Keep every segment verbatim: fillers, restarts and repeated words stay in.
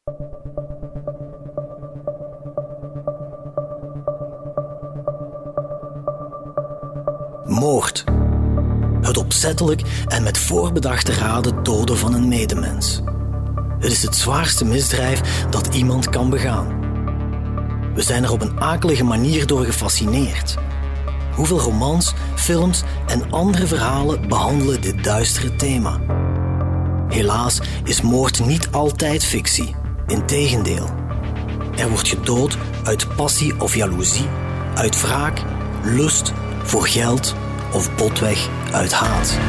Moord. Het opzettelijk en met voorbedachte raden doden van een medemens. Het is het zwaarste misdrijf dat iemand kan begaan. We zijn er op een akelige manier door gefascineerd. Hoeveel romans, films en andere verhalen behandelen dit duistere thema? Helaas is moord niet altijd fictie. Integendeel. Er wordt gedood uit passie of jaloezie, uit wraak, lust, voor geld of botweg uit haat.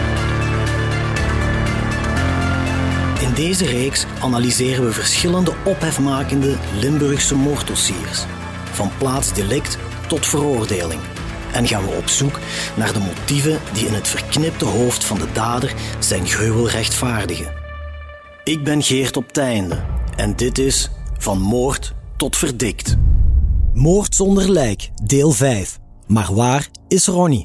In deze reeks analyseren we verschillende ophefmakende Limburgse moorddossiers. Van plaatsdelict tot veroordeling. En gaan we op zoek naar de motieven die in het verknipte hoofd van de dader zijn gruwel rechtvaardigen. Ik ben Geert op Teinde en dit is Van Moord tot Verdikt. Moord zonder lijk, deel vijf. Maar waar is Ronnie?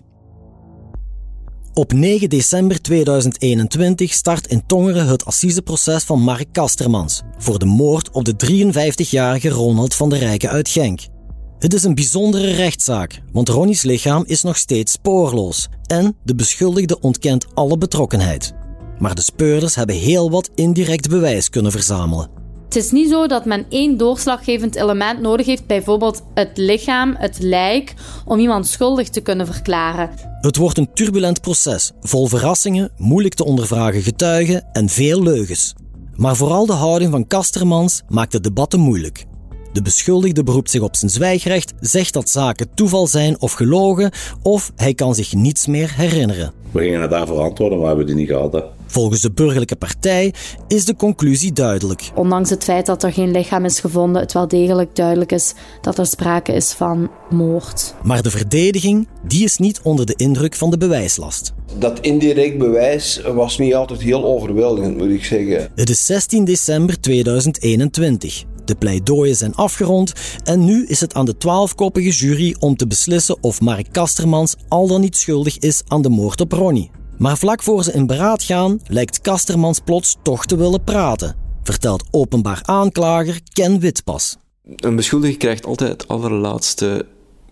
Op negen december tweeduizend eenentwintig start in Tongeren het assiseproces van Mark Kastermans voor de moord op de drieënvijftigjarige Ronald van der Rijken uit Genk. Het is een bijzondere rechtszaak, want Ronnie's lichaam is nog steeds spoorloos en de beschuldigde ontkent alle betrokkenheid. Maar de speurders hebben heel wat indirect bewijs kunnen verzamelen. Het is niet zo dat men één doorslaggevend element nodig heeft, bijvoorbeeld het lichaam, het lijk, om iemand schuldig te kunnen verklaren. Het wordt een turbulent proces, vol verrassingen, moeilijk te ondervragen getuigen en veel leugens. Maar vooral de houding van Kastermans maakt de debatten moeilijk. De beschuldigde beroept zich op zijn zwijgrecht, zegt dat zaken toeval zijn of gelogen, of hij kan zich niets meer herinneren. We gingen het daarvoor antwoorden, maar we hebben die niet gehad. Hè. Volgens de burgerlijke partij is de conclusie duidelijk. Ondanks het feit dat er geen lichaam is gevonden, het wel degelijk duidelijk is dat er sprake is van moord. Maar de verdediging, die is niet onder de indruk van de bewijslast. Dat indirect bewijs was niet altijd heel overweldigend, moet ik zeggen. Het is zestien december tweeduizend eenentwintig. De pleidooien zijn afgerond en nu is het aan de twaalfkoppige jury om te beslissen of Mark Kastermans al dan niet schuldig is aan de moord op Ronnie. Maar vlak voor ze in beraad gaan, lijkt Kastermans plots toch te willen praten, vertelt openbaar aanklager Ken Witpas. Een beschuldigde krijgt altijd het allerlaatste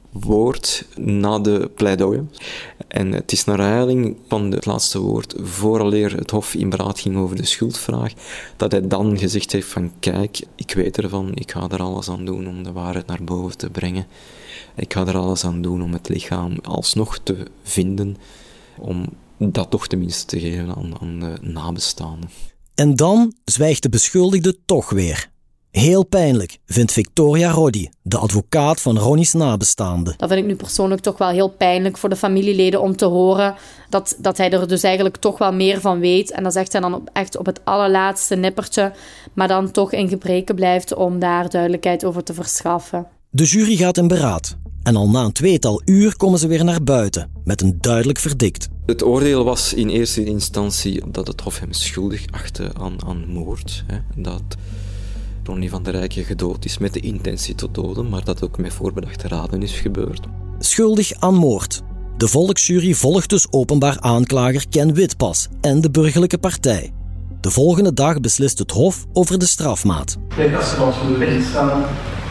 woord na de pleidooien. En het is naar aanleiding van het laatste woord, vooraleer het Hof in beraad ging over de schuldvraag, dat hij dan gezegd heeft van kijk, ik weet ervan, ik ga er alles aan doen om de waarheid naar boven te brengen. Ik ga er alles aan doen om het lichaam alsnog te vinden, om dat toch tenminste te geven aan, aan de nabestaanden. En dan zwijgt de beschuldigde toch weer. Heel pijnlijk, vindt Victoria Roddy, de advocaat van Ronnie's nabestaanden. Dat vind ik nu persoonlijk toch wel heel pijnlijk voor de familieleden om te horen dat, dat hij er dus eigenlijk toch wel meer van weet. En dat zegt hij dan op, echt op het allerlaatste nippertje, maar dan toch in gebreke blijft om daar duidelijkheid over te verschaffen. De jury gaat in beraad. En al na een tweetal uur komen ze weer naar buiten, met een duidelijk verdikt. Het oordeel was in eerste instantie dat het Hof hem schuldig achtte aan, aan moord. Hè. Dat Ronnie van der Rijken gedood is met de intentie tot doden, maar dat ook met voorbedachte raden is gebeurd. Schuldig aan moord. De volksjury volgt dus openbaar aanklager Ken Witpas en de burgerlijke partij. De volgende dag beslist het Hof over de strafmaat. Kijk, als ze ons voor de weg staan.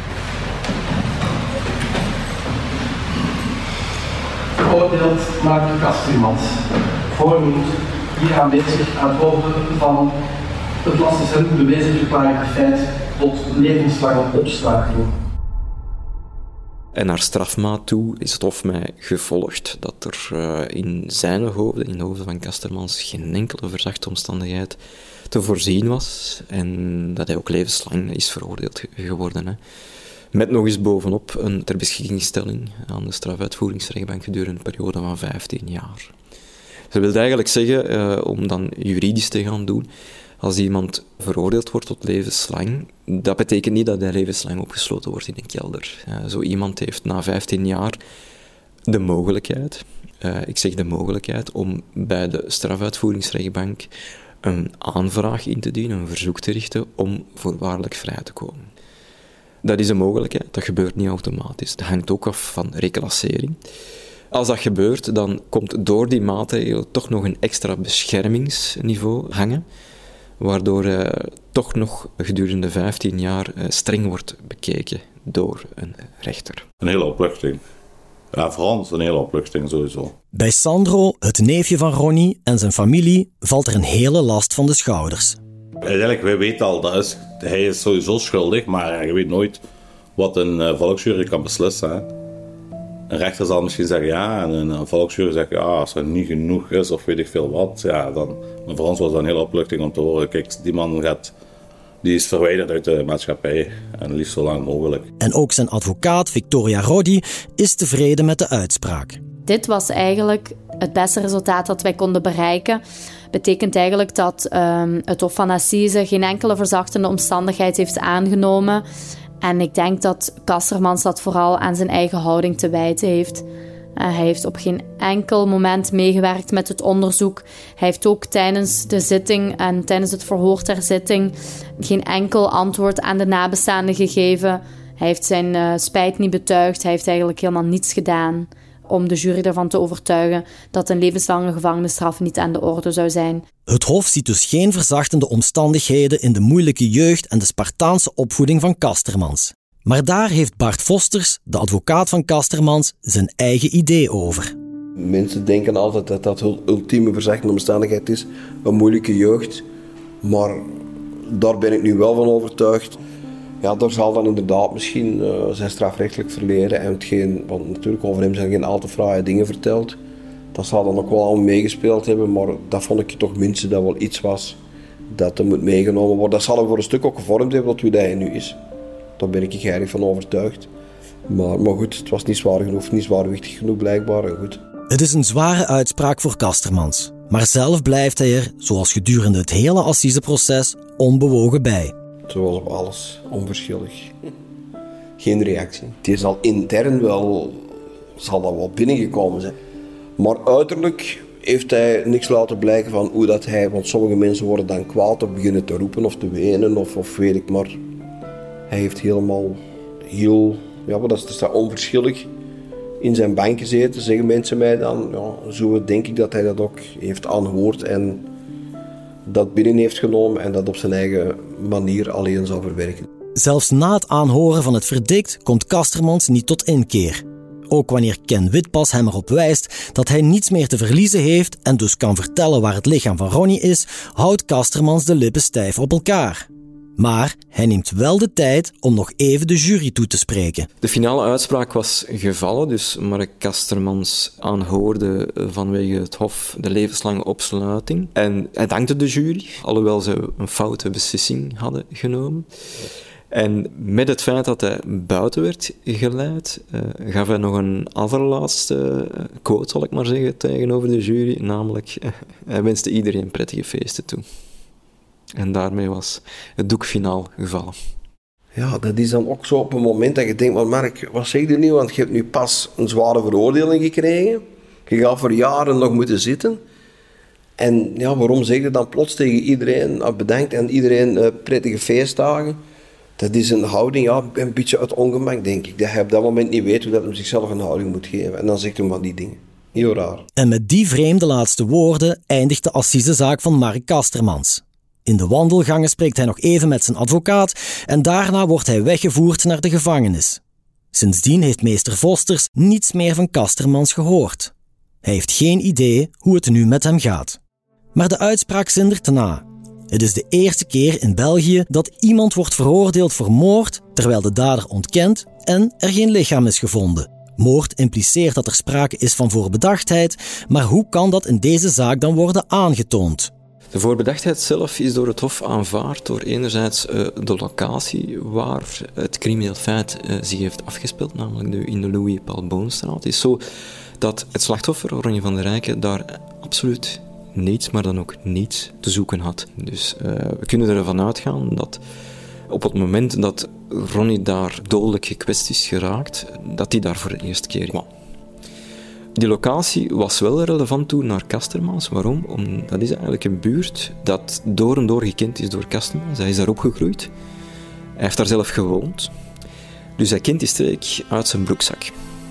Veroordeeld Mark Kastermans, voormunt, hier aanwezig aan het hoofd van het lastigend bewezen verklaring feit tot levenslange opstapeling. En naar strafmaat toe is het Hof mij gevolgd dat er uh, in zijn hoofd, in de hoofden van Kastermans, geen enkele verzachte omstandigheid te voorzien was en dat hij ook levenslang is veroordeeld geworden. Hè. Met nog eens bovenop een ter beschikkingstelling aan de strafuitvoeringsrechtbank gedurende een periode van vijftien jaar. Dat wil eigenlijk zeggen, uh, om dan juridisch te gaan doen, als iemand veroordeeld wordt tot levenslang, dat betekent niet dat hij levenslang opgesloten wordt in een kelder. Uh, zo iemand heeft na vijftien jaar de mogelijkheid, uh, ik zeg de mogelijkheid, om bij de strafuitvoeringsrechtbank een aanvraag in te dienen, een verzoek te richten om voorwaardelijk vrij te komen. Dat is een mogelijkheid, dat gebeurt niet automatisch. Dat hangt ook af van reclassering. Als dat gebeurt, dan komt door die maatregelen toch nog een extra beschermingsniveau hangen, waardoor hij toch nog gedurende vijftien jaar streng wordt bekeken door een rechter. Een hele opluchting. Ja, voor ons een hele opluchting sowieso. Bij Sandro, het neefje van Ronnie en zijn familie, valt er een hele last van de schouders. Eigenlijk, wij weten al, dat is, hij is sowieso schuldig, maar je weet nooit wat een uh, volksjury kan beslissen. Hè. Een rechter zal misschien zeggen ja, en een volksjury zegt ja, als er niet genoeg is of weet ik veel wat. Ja, dan, maar voor ons was dat een hele opluchting om te horen, kijk, die man gaat, die is verwijderd uit de maatschappij en liefst zo lang mogelijk. En ook zijn advocaat, Victoria Roddy, is tevreden met de uitspraak. Dit was eigenlijk het beste resultaat dat wij konden bereiken. Betekent eigenlijk dat um, het Hof van Assise geen enkele verzachtende omstandigheid heeft aangenomen. En ik denk dat Castermans dat vooral aan zijn eigen houding te wijten heeft. Uh, hij heeft op geen enkel moment meegewerkt met het onderzoek. Hij heeft ook tijdens de zitting en tijdens het verhoor ter zitting geen enkel antwoord aan de nabestaanden gegeven. Hij heeft zijn uh, spijt niet betuigd. Hij heeft eigenlijk helemaal niets gedaan om de jury ervan te overtuigen dat een levenslange gevangenisstraf niet aan de orde zou zijn. Het Hof ziet dus geen verzachtende omstandigheden in de moeilijke jeugd en de Spartaanse opvoeding van Castermans. Maar daar heeft Bart Vosters, de advocaat van Castermans, zijn eigen idee over. Mensen denken altijd dat dat ultieme verzachtende omstandigheid is, een moeilijke jeugd. Maar daar ben ik nu wel van overtuigd. Ja, daar zal dan inderdaad misschien uh, zijn strafrechtelijk verleden en hetgeen, want natuurlijk over hem zijn geen al te fraaie dingen verteld. Dat zal dan ook wel al meegespeeld hebben, maar dat vond ik toch minstens dat wel iets was dat er moet meegenomen worden. Dat zal hem voor een stuk ook gevormd hebben tot wie hij nu is. Daar ben ik eigenlijk van overtuigd. Maar, maar goed, het was niet zwaar genoeg, niet zwaarwichtig genoeg blijkbaar en goed. Het is een zware uitspraak voor Castermans, maar zelf blijft hij er, zoals gedurende het hele assiseproces, onbewogen bij. Zoals op alles, onverschillig. Geen reactie. Het is al intern wel, zal dat wel binnengekomen zijn. Maar uiterlijk heeft hij niks laten blijken van hoe dat hij, want sommige mensen worden dan kwaad of beginnen te roepen of te wenen of, of weet ik maar. Hij heeft helemaal heel, ja, maar dat is, dat is onverschillig in zijn bank gezeten, zeggen mensen mij dan. Ja, zo denk ik dat hij dat ook heeft aangehoord en dat binnen heeft genomen en dat op zijn eigen manier alleen zal verwerken. Zelfs na het aanhoren van het verdict komt Castermans niet tot inkeer. Ook wanneer Ken Witpas hem erop wijst dat hij niets meer te verliezen heeft en dus kan vertellen waar het lichaam van Ronnie is, houdt Castermans de lippen stijf op elkaar. Maar hij neemt wel de tijd om nog even de jury toe te spreken. De finale uitspraak was gevallen, dus Mark Castermans aanhoorde vanwege het Hof de levenslange opsluiting. En hij dankte de jury, alhoewel ze een foute beslissing hadden genomen. En met het feit dat hij buiten werd geleid, uh, gaf hij nog een allerlaatste quote, zal ik maar zeggen, tegenover de jury. Namelijk, uh, hij wenste iedereen prettige feesten toe. En daarmee was het doek finaal gevallen. Ja, dat is dan ook zo op een moment dat je denkt, maar Mark, wat zeg je nu? Want je hebt nu pas een zware veroordeling gekregen. Je gaat voor jaren nog moeten zitten. En ja, waarom zeg je dan plots tegen iedereen bedankt en iedereen uh, prettige feestdagen? Dat is een houding, ja, een beetje uit ongemak, denk ik. Dat hij op dat moment niet weet hoe dat hij zichzelf een houding moet geven. En dan zegt hij van die dingen. Heel raar. En met die vreemde laatste woorden eindigt de assisezaak van Mark Castermans. In de wandelgangen spreekt hij nog even met zijn advocaat en daarna wordt hij weggevoerd naar de gevangenis. Sindsdien heeft meester Vosters niets meer van Castermans gehoord. Hij heeft geen idee hoe het nu met hem gaat. Maar de uitspraak zindert na. Het is de eerste keer in België dat iemand wordt veroordeeld voor moord terwijl de dader ontkent en er geen lichaam is gevonden. Moord impliceert dat er sprake is van voorbedachtheid, maar hoe kan dat in deze zaak dan worden aangetoond? De voorbedachtheid zelf is door het Hof aanvaard door enerzijds uh, de locatie waar het crimineel feit uh, zich heeft afgespeeld, namelijk de, in de Louis Paul Boonstraat. Het is zo dat het slachtoffer, Ronnie van der Rijken, daar absoluut niets, maar dan ook niets te zoeken had. Dus uh, we kunnen ervan uitgaan dat op het moment dat Ronnie daar dodelijk gekwetst is geraakt, dat hij daar voor de eerste keer kwam. Die locatie was wel relevant toen naar Castermans. Waarom? Omdat dat is eigenlijk een buurt dat door en door gekend is door Castermans. Hij is daar opgegroeid. Hij heeft daar zelf gewoond. Dus hij kent die streek uit zijn broekzak.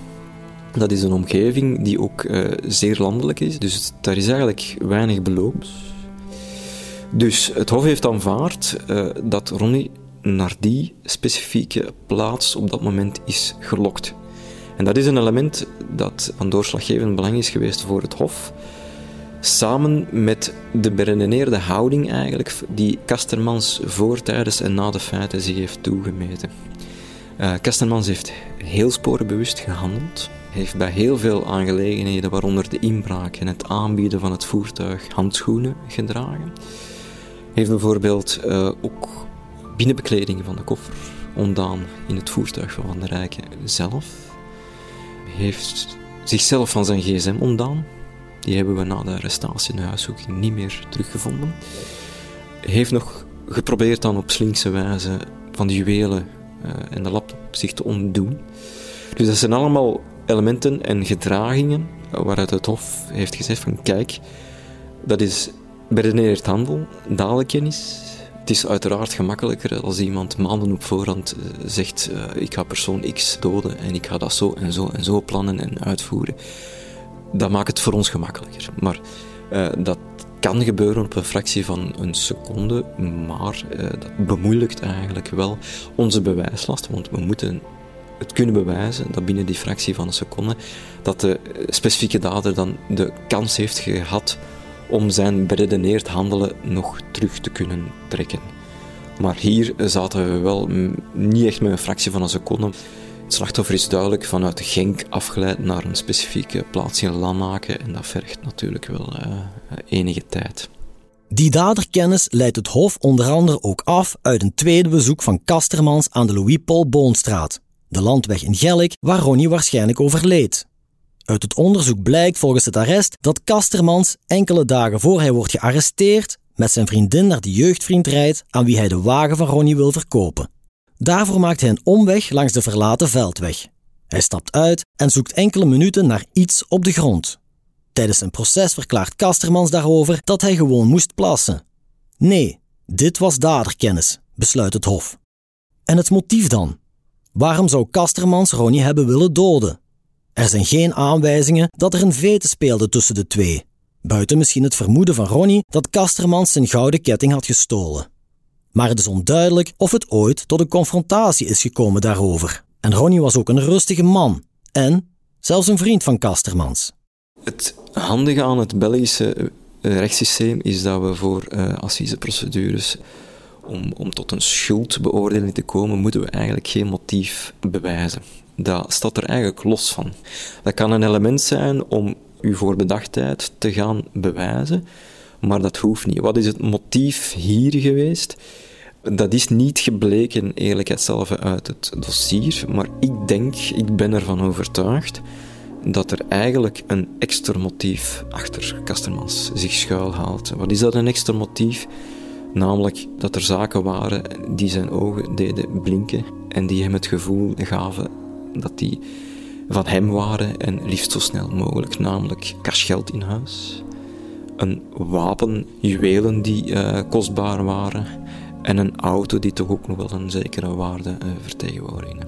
Dat is een omgeving die ook uh, zeer landelijk is. Dus daar is eigenlijk weinig beloop. Dus het Hof heeft aanvaard uh, dat Ronnie naar die specifieke plaats op dat moment is gelokt. En dat is een element dat van doorslaggevend belang is geweest voor het Hof, samen met de beredeneerde houding eigenlijk die Castermans voor, tijdens en na de feiten zich heeft toegemeten. Uh, Castermans heeft heel sporenbewust gehandeld, heeft bij heel veel aangelegenheden, waaronder de inbraak en het aanbieden van het voertuig, handschoenen gedragen. Heeft bijvoorbeeld uh, ook binnenbekleding van de koffer ontdaan in het voertuig van Van der Rijken zelf. Heeft zichzelf van zijn gsm ontdaan. Die hebben we na de arrestatie en de huiszoeking niet meer teruggevonden. Heeft nog geprobeerd dan op slinkse wijze van de juwelen uh, en de laptop zich te ontdoen. Dus dat zijn allemaal elementen en gedragingen waaruit het Hof heeft gezegd van kijk, dat is beredeneerd handel, dalenkennis. Het is uiteraard gemakkelijker als iemand maanden op voorhand zegt uh, ik ga persoon X doden en ik ga dat zo en zo en zo plannen en uitvoeren. Dat maakt het voor ons gemakkelijker. Maar uh, dat kan gebeuren op een fractie van een seconde, maar uh, dat bemoeilijkt eigenlijk wel onze bewijslast, want we moeten het kunnen bewijzen dat binnen die fractie van een seconde dat de specifieke dader dan de kans heeft gehad om zijn beredeneerd handelen nog terug te kunnen trekken. Maar hier zaten we wel niet echt met een fractie van een seconde. Het slachtoffer is duidelijk vanuit Genk afgeleid naar een specifieke plaats in Lanaken en dat vergt natuurlijk wel uh, enige tijd. Die daderkennis leidt het Hof onder andere ook af uit een tweede bezoek van Castermans aan de Louis-Paul Boonstraat, de landweg in Gellik waar Ronnie waarschijnlijk overleed. Uit het onderzoek blijkt volgens het arrest dat Castermans enkele dagen voor hij wordt gearresteerd met zijn vriendin naar de jeugdvriend rijdt aan wie hij de wagen van Ronnie wil verkopen. Daarvoor maakt hij een omweg langs de verlaten veldweg. Hij stapt uit en zoekt enkele minuten naar iets op de grond. Tijdens zijn proces verklaart Castermans daarover dat hij gewoon moest plassen. Nee, dit was daderkennis, besluit het Hof. En het motief dan? Waarom zou Castermans Ronnie hebben willen doden? Er zijn geen aanwijzingen dat er een vete speelde tussen de twee. Buiten misschien het vermoeden van Ronnie dat Castermans zijn gouden ketting had gestolen. Maar het is onduidelijk of het ooit tot een confrontatie is gekomen daarover. En Ronnie was ook een rustige man. En zelfs een vriend van Castermans. Het handige aan het Belgische rechtssysteem is dat we voor uh, assiseprocedures, om, om tot een schuldbeoordeling te komen, moeten we eigenlijk geen motief bewijzen. Dat staat er eigenlijk los van. Dat kan een element zijn om uw voorbedachtheid te gaan bewijzen, maar dat hoeft niet. Wat is het motief hier geweest? Dat is niet gebleken, eerlijkheidshalve, uit het dossier, maar ik denk, ik ben ervan overtuigd, dat er eigenlijk een extra motief achter Castermans zich schuilhaalt. Wat is dat, een extra motief? Namelijk dat er zaken waren die zijn ogen deden blinken en die hem het gevoel gaven dat die van hem waren en liefst zo snel mogelijk. Namelijk cashgeld in huis, een wapen, juwelen die uh, kostbaar waren en een auto die toch ook nog wel een zekere waarde uh, vertegenwoordigde.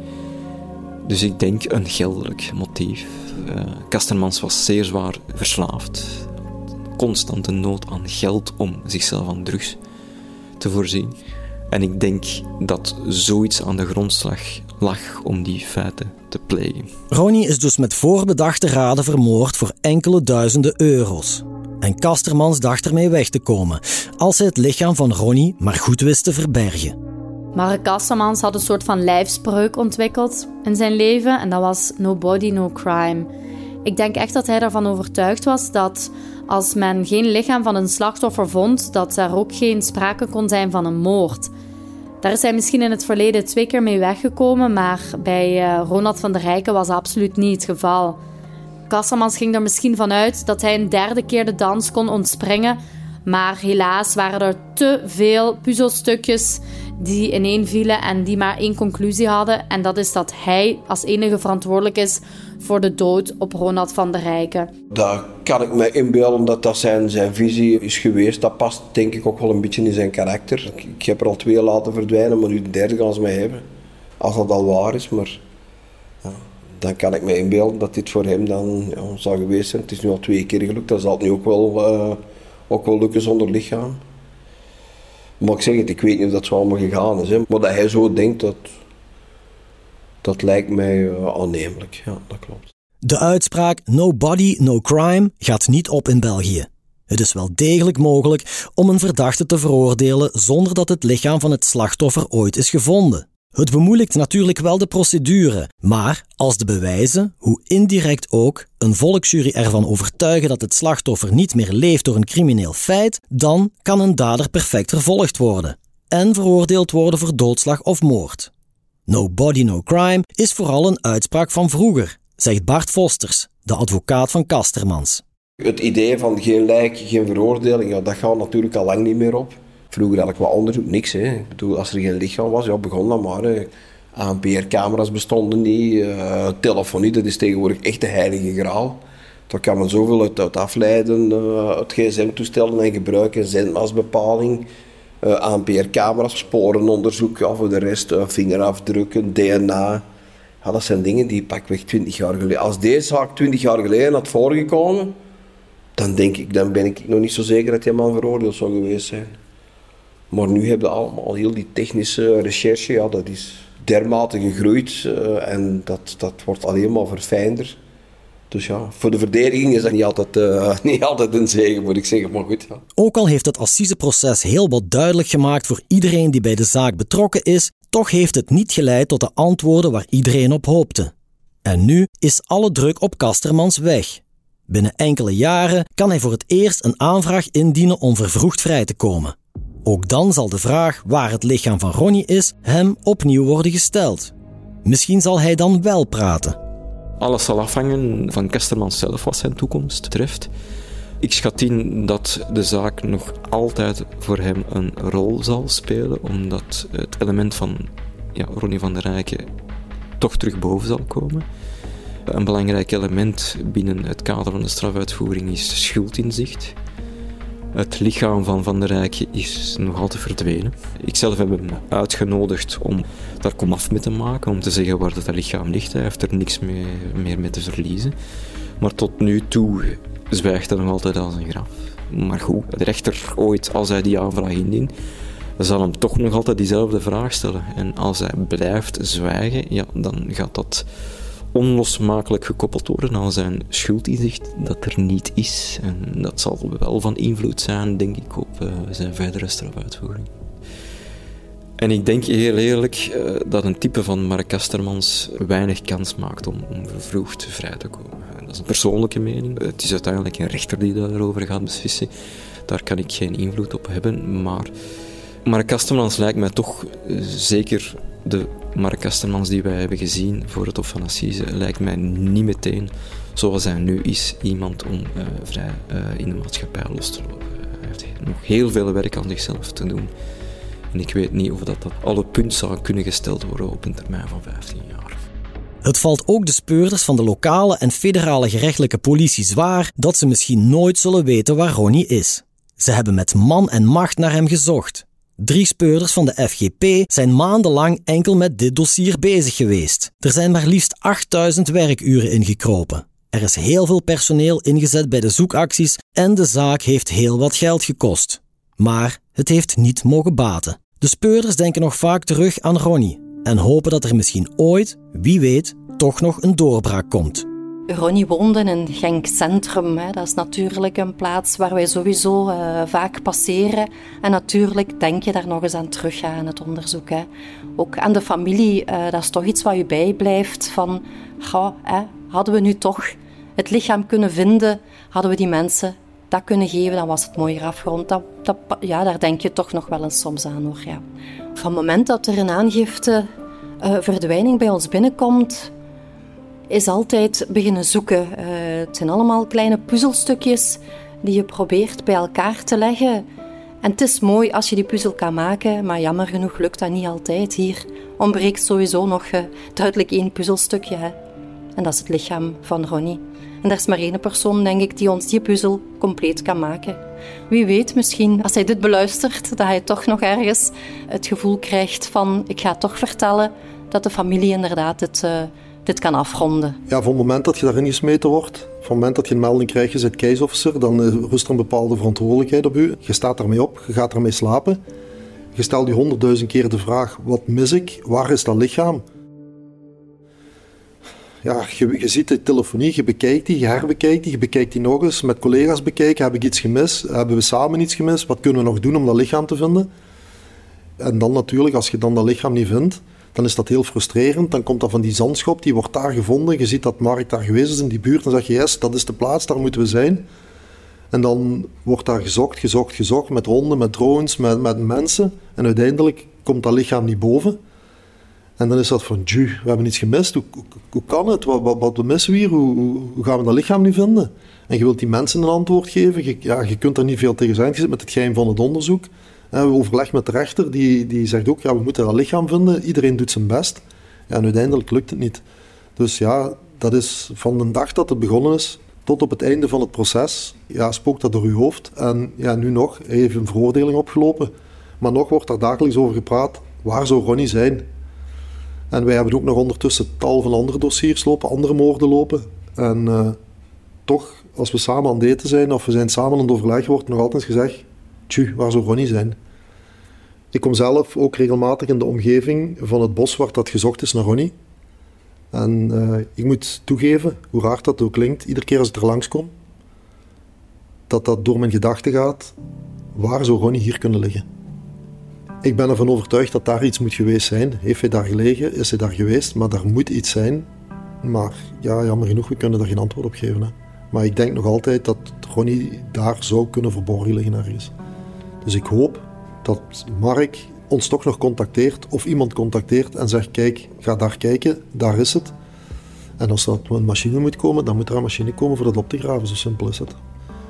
Dus ik denk een geldelijk motief. Uh, Castermans was zeer zwaar verslaafd. Constante nood aan geld om zichzelf aan drugs te voorzien. En ik denk dat zoiets aan de grondslag lag om die feiten te plegen. Ronnie is dus met voorbedachte raden vermoord voor enkele duizenden euro's. En Castermans dacht ermee weg te komen, als hij het lichaam van Ronnie maar goed wist te verbergen. Maar Castermans had een soort van lijfspreuk ontwikkeld in zijn leven en dat was no body, no crime. Ik denk echt dat hij ervan overtuigd was dat als men geen lichaam van een slachtoffer vond, dat er ook geen sprake kon zijn van een moord. Daar is hij misschien in het verleden twee keer mee weggekomen, maar bij uh, Ronald van der Rijken was dat absoluut niet het geval. Castermans ging er misschien vanuit dat hij een derde keer de dans kon ontspringen, maar helaas waren er te veel puzzelstukjes die ineenvielen en die maar één conclusie hadden. En dat is dat hij als enige verantwoordelijk is voor de dood op Ronald van der Rijken. Daar kan ik me inbeelden dat dat zijn, zijn visie is geweest. Dat past denk ik ook wel een beetje in zijn karakter. Ik, ik heb er al twee laten verdwijnen, maar nu de derde gaan ze mij hebben. Als dat al waar is, maar ja, dan kan ik me inbeelden dat dit voor hem dan ja, zou geweest zijn. Het is nu al twee keer gelukt, dat zal het nu ook wel, uh, ook wel lukken zonder lichaam. Maar ik zeg het, ik weet niet of dat zo allemaal gegaan is. Hè. Maar dat hij zo denkt, dat, dat lijkt mij uh, aannemelijk. Ja, dat klopt. De uitspraak no body, no crime gaat niet op in België. Het is wel degelijk mogelijk om een verdachte te veroordelen zonder dat het lichaam van het slachtoffer ooit is gevonden. Het bemoeilijkt natuurlijk wel de procedure, maar als de bewijzen, hoe indirect ook, een volksjury ervan overtuigen dat het slachtoffer niet meer leeft door een crimineel feit, dan kan een dader perfect vervolgd worden en veroordeeld worden voor doodslag of moord. No body, no crime is vooral een uitspraak van vroeger, zegt Bart Vosters, de advocaat van Kastermans. Het idee van geen lijk, geen veroordeling, ja, dat gaat natuurlijk al lang niet meer op. Vroeger had ik wat onderzoek, niks. Hè. Ik bedoel, als er geen lichaam was, ja, begon dat maar. Hè. A N P R-camera's bestonden niet, uh, telefonie, dat is tegenwoordig echt de heilige graal. Daar kan men zoveel uit, uit afleiden, uh, het gsm-toestellen en gebruiken, zendmastbepaling, uh, A N P R-camera's, sporenonderzoek, ja, voor de rest, uh, vingerafdrukken, D N A. Ja, dat zijn dingen die pakweg twintig jaar geleden... Als deze zaak twintig jaar geleden had voorgekomen, dan denk ik, dan ben ik nog niet zo zeker dat die man veroordeeld zou geweest zijn. Maar nu hebben we allemaal heel die technische recherche, ja, dat is dermate gegroeid uh, en dat, dat wordt alleen maar verfijnder. Dus ja, voor de verdediging is dat niet altijd, uh, niet altijd een zegen, moet ik zeggen, maar goed. Ja. Ook al heeft het assiseproces heel wat duidelijk gemaakt voor iedereen die bij de zaak betrokken is, toch heeft het niet geleid tot de antwoorden waar iedereen op hoopte. En nu is alle druk op Kastermans weg. Binnen enkele jaren kan hij voor het eerst een aanvraag indienen om vervroegd vrij te komen. Ook dan zal de vraag waar het lichaam van Ronnie is hem opnieuw worden gesteld. Misschien zal hij dan wel praten. Alles zal afhangen van Kastermans zelf wat zijn toekomst betreft. Ik schat in dat de zaak nog altijd voor hem een rol zal spelen, omdat het element van ja, Ronnie van der Rijken toch terug boven zal komen. Een belangrijk element binnen het kader van de strafuitvoering is schuldinzicht. Het lichaam van Van der Rijken is nog altijd verdwenen. Ik zelf heb hem uitgenodigd om daar komaf mee te maken, om te zeggen waar dat lichaam ligt. Hij heeft er niks meer, meer mee te verliezen. Maar tot nu toe zwijgt hij nog altijd als een graf. Maar goed, de rechter ooit, als hij die aanvraag indient, zal hem toch nog altijd diezelfde vraag stellen. En als hij blijft zwijgen, ja, dan gaat dat onlosmakelijk gekoppeld worden aan zijn schuldinzicht dat er niet is. En dat zal wel van invloed zijn, denk ik, op uh, zijn verdere strafuitvoering. En ik denk heel eerlijk uh, dat een type van Mark Kastermans weinig kans maakt om, om vervroegd vrij te komen. Dat is een persoonlijke mening. Het is uiteindelijk een rechter die daarover gaat beslissen. Daar kan ik geen invloed op hebben, maar Mark Kastermans lijkt mij toch uh, zeker de Mark Kastermans die wij hebben gezien voor het Hof van Assise lijkt mij niet meteen, zoals hij nu is, iemand om uh, vrij uh, in de maatschappij los te lopen. Uh, hij heeft nog heel veel werk aan zichzelf te doen. En ik weet niet of dat, dat al op punt zou kunnen gesteld worden op een termijn van vijftien jaar. Het valt ook de speurders van de lokale en federale gerechtelijke politie zwaar dat ze misschien nooit zullen weten waar Ronnie is. Ze hebben met man en macht naar hem gezocht. Drie speurders van de F G P zijn maandenlang enkel met dit dossier bezig geweest. Er zijn maar liefst achtduizend werkuren ingekropen. Er is heel veel personeel ingezet bij de zoekacties en de zaak heeft heel wat geld gekost. Maar het heeft niet mogen baten. De speurders denken nog vaak terug aan Ronnie en hopen dat er misschien ooit, wie weet, toch nog een doorbraak komt. Ronnie woonde in Genk Centrum. Hè. Dat is natuurlijk een plaats waar wij sowieso uh, vaak passeren. En natuurlijk denk je daar nog eens aan terug aan het onderzoek. Hè. Ook aan de familie, uh, dat is toch iets wat je bijblijft. Van, goh, hè, hadden we nu toch het lichaam kunnen vinden, hadden we die mensen dat kunnen geven, dan was het mooier afgerond. Dat, dat, ja, daar denk je toch nog wel eens soms aan, hoor. Ja. Van het moment dat er een aangifte uh, verdwijning bij ons binnenkomt, is altijd beginnen zoeken. Uh, het zijn allemaal kleine puzzelstukjes die je probeert bij elkaar te leggen. En het is mooi als je die puzzel kan maken, maar jammer genoeg lukt dat niet altijd. Hier ontbreekt sowieso nog uh, duidelijk één puzzelstukje. Hè. En dat is het lichaam van Ronnie. En er is maar één persoon, denk ik, die ons die puzzel compleet kan maken. Wie weet misschien, als hij dit beluistert, dat hij toch nog ergens het gevoel krijgt van ik ga toch vertellen dat de familie inderdaad dit... Uh, dit kan afronden. Ja, van het moment dat je daarin gesmeten wordt, van het moment dat je een melding krijgt, je bent case officer, dan rust er een bepaalde verantwoordelijkheid op u. Je staat daarmee op, je gaat ermee slapen. Je stelt je honderdduizend keer de vraag, wat mis ik? Waar is dat lichaam? Ja, je, je ziet de telefonie, je bekijkt die, je herbekijkt die, je bekijkt die nog eens, met collega's bekijken, heb ik iets gemist? Hebben we samen iets gemist? Wat kunnen we nog doen om dat lichaam te vinden? En dan natuurlijk, als je dan dat lichaam niet vindt, dan is dat heel frustrerend. Dan komt dat van die zandschop, die wordt daar gevonden. Je ziet dat Mark daar geweest is in die buurt. Dan zeg je, yes, dat is de plaats, daar moeten we zijn. En dan wordt daar gezocht, gezocht, gezocht, met honden, met drones, met, met mensen. En uiteindelijk komt dat lichaam niet boven. En dan is dat van, tju, we hebben iets gemist. Hoe, hoe, hoe kan het? Wat, wat, wat missen we hier? Hoe, hoe, hoe gaan we dat lichaam nu vinden? En je wilt die mensen een antwoord geven. Je, ja, je kunt daar niet veel tegen zijn. Je zit met het geheim van het onderzoek. We overleggen met de rechter, die, die zegt ook, ja, we moeten dat lichaam vinden. Iedereen doet zijn best. Ja, en uiteindelijk lukt het niet. Dus ja, dat is van de dag dat het begonnen is, tot op het einde van het proces, ja, spookt dat door uw hoofd. En ja, nu nog, hij heeft een veroordeling opgelopen. Maar nog wordt daar dagelijks over gepraat, waar zou Ronnie zijn? En wij hebben ook nog ondertussen tal van andere dossiers lopen, andere moorden lopen. En uh, toch, als we samen aan het eten zijn, of we zijn samen aan het overleg, wordt nog altijd gezegd, tju, waar zou Ronnie zijn? Ik kom zelf ook regelmatig in de omgeving van het bos waar dat gezocht is naar Ronnie. En uh, ik moet toegeven, hoe raar dat ook klinkt, iedere keer als ik er langskom, dat dat door mijn gedachten gaat, waar zou Ronnie hier kunnen liggen? Ik ben ervan overtuigd dat daar iets moet geweest zijn. Heeft hij daar gelegen? Is hij daar geweest? Maar daar moet iets zijn. Maar ja, jammer genoeg, we kunnen daar geen antwoord op geven. Hè. Maar ik denk nog altijd dat Ronnie daar zou kunnen verborgen liggen ergens. Dus ik hoop dat Mark ons toch nog contacteert of iemand contacteert en zegt, kijk, ga daar kijken, daar is het. En als er een machine moet komen, dan moet er een machine komen voor dat op te graven, zo simpel is het.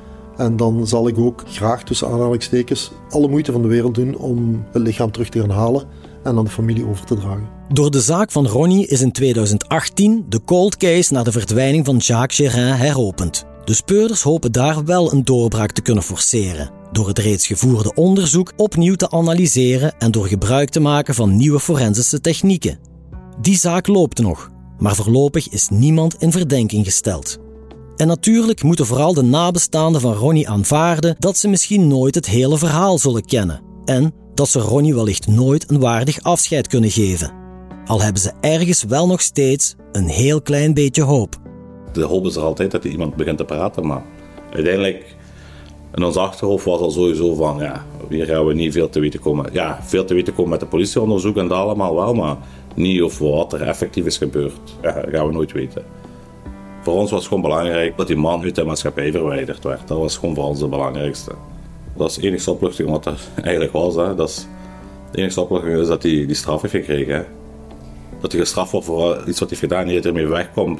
En dan zal ik ook graag tussen aanhalingstekens alle moeite van de wereld doen om het lichaam terug te gaan halen en aan de familie over te dragen. Door de zaak van Ronnie is in tweeduizend achttien de cold case naar de verdwijning van Jacques Gérin heropend. De speurders hopen daar wel een doorbraak te kunnen forceren, door het reeds gevoerde onderzoek opnieuw te analyseren en door gebruik te maken van nieuwe forensische technieken. Die zaak loopt nog, maar voorlopig is niemand in verdenking gesteld. En natuurlijk moeten vooral de nabestaanden van Ronnie aanvaarden dat ze misschien nooit het hele verhaal zullen kennen en dat ze Ronnie wellicht nooit een waardig afscheid kunnen geven. Al hebben ze ergens wel nog steeds een heel klein beetje hoop. De hoop is er altijd dat er iemand begint te praten, maar uiteindelijk in ons achterhoofd was al sowieso van, ja, hier gaan we niet veel te weten komen. Ja, veel te weten komen met de politieonderzoek en dat allemaal wel, maar niet over wat er effectief is gebeurd. Ja, dat gaan we nooit weten. Voor ons was het gewoon belangrijk dat die man uit de maatschappij verwijderd werd. Dat was gewoon voor ons het belangrijkste. Dat is de enige opluchting wat er eigenlijk was. Hè. Dat is, de enige opluchting is dat hij die straf heeft gekregen. Hè. Dat hij gestraft wordt voor iets wat hij gedaan heeft en ermee wegkomt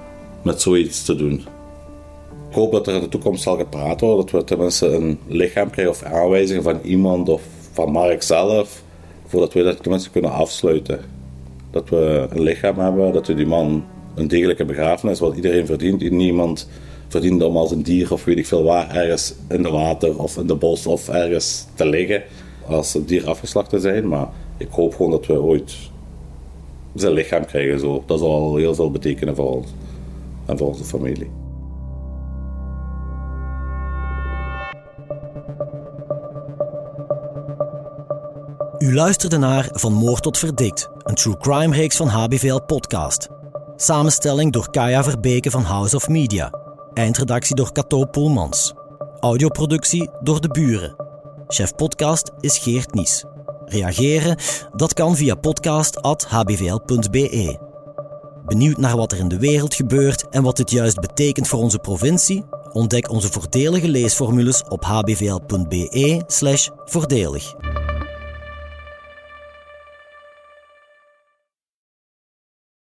met zoiets te doen. Ik hoop dat er in de toekomst zal gepraat worden, dat we tenminste een lichaam krijgen of aanwijzingen van iemand of van Mark zelf, voordat we dat tenminste kunnen afsluiten. Dat we een lichaam hebben, dat we die man een degelijke begrafenis, wat iedereen verdient. Niemand verdient om als een dier of weet ik veel waar, ergens in de water of in de bos of ergens te liggen als het dier afgeslacht te zijn. Maar ik hoop gewoon dat we ooit zijn lichaam krijgen. Zo. Dat zal al heel veel betekenen voor ons en voor onze familie. U luisterde naar Van Moord tot Verdikt, een true crime reeks van H B V L Podcast. Samenstelling door Kaya Verbeke van House of Media. Eindredactie door Cato Poelmans. Audioproductie door De Buren. Chef podcast is Geert Nies. Reageren? Dat kan via podcast at h b v l punt b e. Benieuwd naar wat er in de wereld gebeurt en wat dit juist betekent voor onze provincie? Ontdek onze voordelige leesformules op h b v l punt b e slash voordelig.